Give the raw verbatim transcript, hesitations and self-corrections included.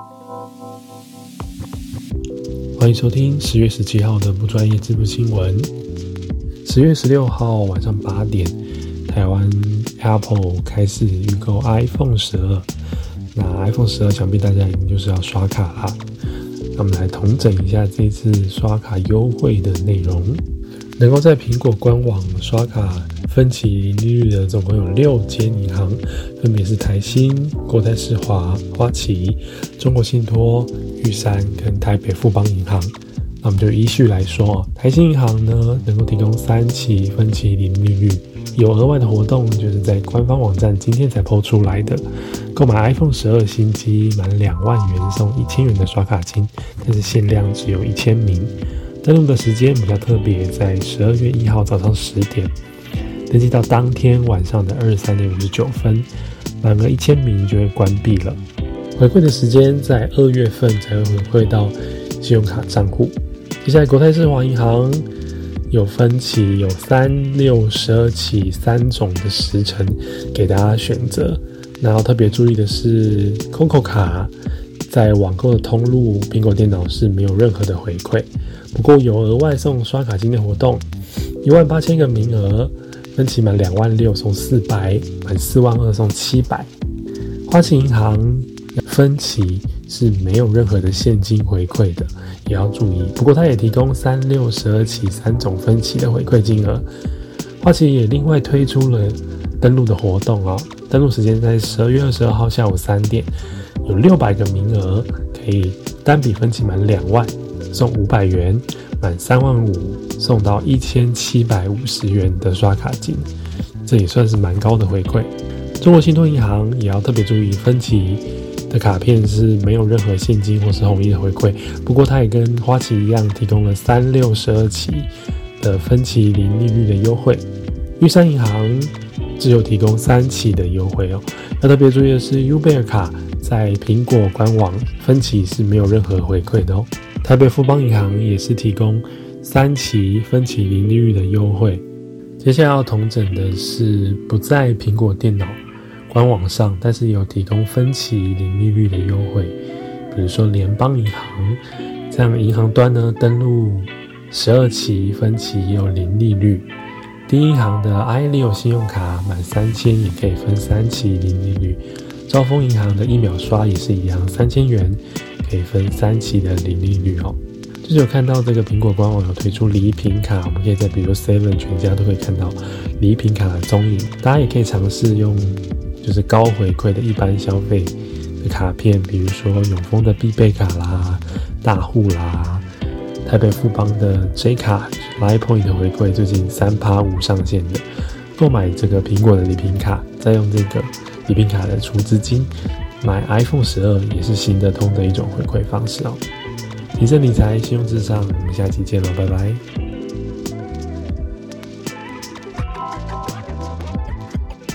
欢迎收听十月十七号的不专业支付新闻。十月十六号晚上八点，台湾 Apple 开始预购 iPhone 十二。那 iPhone 十二想必大家已经就是要刷卡啦。那我们来统整一下这次刷卡优惠的内容。能够在苹果官网刷卡分期零利率的总共有六间银行，分别是台新、国泰世华、花旗、中国信托、玉山跟台北富邦银行。那我们就依序来说，台新银行呢能够提供三期分期零利率，有额外的活动就是在官方网站今天才 po 出来的，购买 iPhone 十二新机满两万元送一千元的刷卡金，但是限量只有一千名。登录的时间比较特别，在十二月一号早上十点，登记到当天晚上的二十三点五十九分，满额一千名就会关闭了。回馈的时间在二月份才会回馈到信用卡账户。接下来国泰世华银行有分期，有三、六、十二期三种的时程给大家选择。然后特别注意的是 C O C O 卡在网购的通路苹果电脑是没有任何的回馈，不过有额外送刷卡金的活动，一万八千个名额，分期满两万六送四百，满四万二送七百。花旗银行分期是没有任何的现金回馈的，也要注意。不过它也提供三、六、十二期三种分期的回馈金额。花旗也另外推出了登录的活动哦，登录时间在十二月二十二号下午三点，有六百个名额，可以单笔分期满两万送五百元，满三万五送到一千七百五十元的刷卡金，这也算是蛮高的回馈。中国信托银行也要特别注意，分期的卡片是没有任何现金或是红利的回馈，不过它也跟花旗一样提供了三、六、十二期的分期零利率的优惠。玉山银行只有提供三期的优惠哦。要特别注意的是 U 贝尔卡在苹果官网分期是没有任何回馈的哦。台北富邦银行也是提供三期分期零利率的优惠。接下来要统整的是不在苹果电脑官网上，但是有提供分期零利率的优惠，比如说联邦银行，这样银行端呢登录十二期分期也有零利率。第一银行的 i 六 信用卡满三千也可以分三期零利率。兆丰银行的一秒刷也是一样，三千元可以分三期的零利率哦。就是有看到这个苹果官网有推出礼品卡，我们可以在比如 seven 全家都可以看到礼品卡的踪影。大家也可以尝试用就是高回馈的一般消费的卡片，比如说永丰的必备卡啦、大户啦、台北富邦的 J 卡 Line Point 的回馈最近 百分之三 无上限的，购买这个苹果的礼品卡，再用这个礼品卡的储资金买 iPhone 十二也是行得通的一种回馈方式哦。提升理财，信用至上，我们下期见了，拜拜。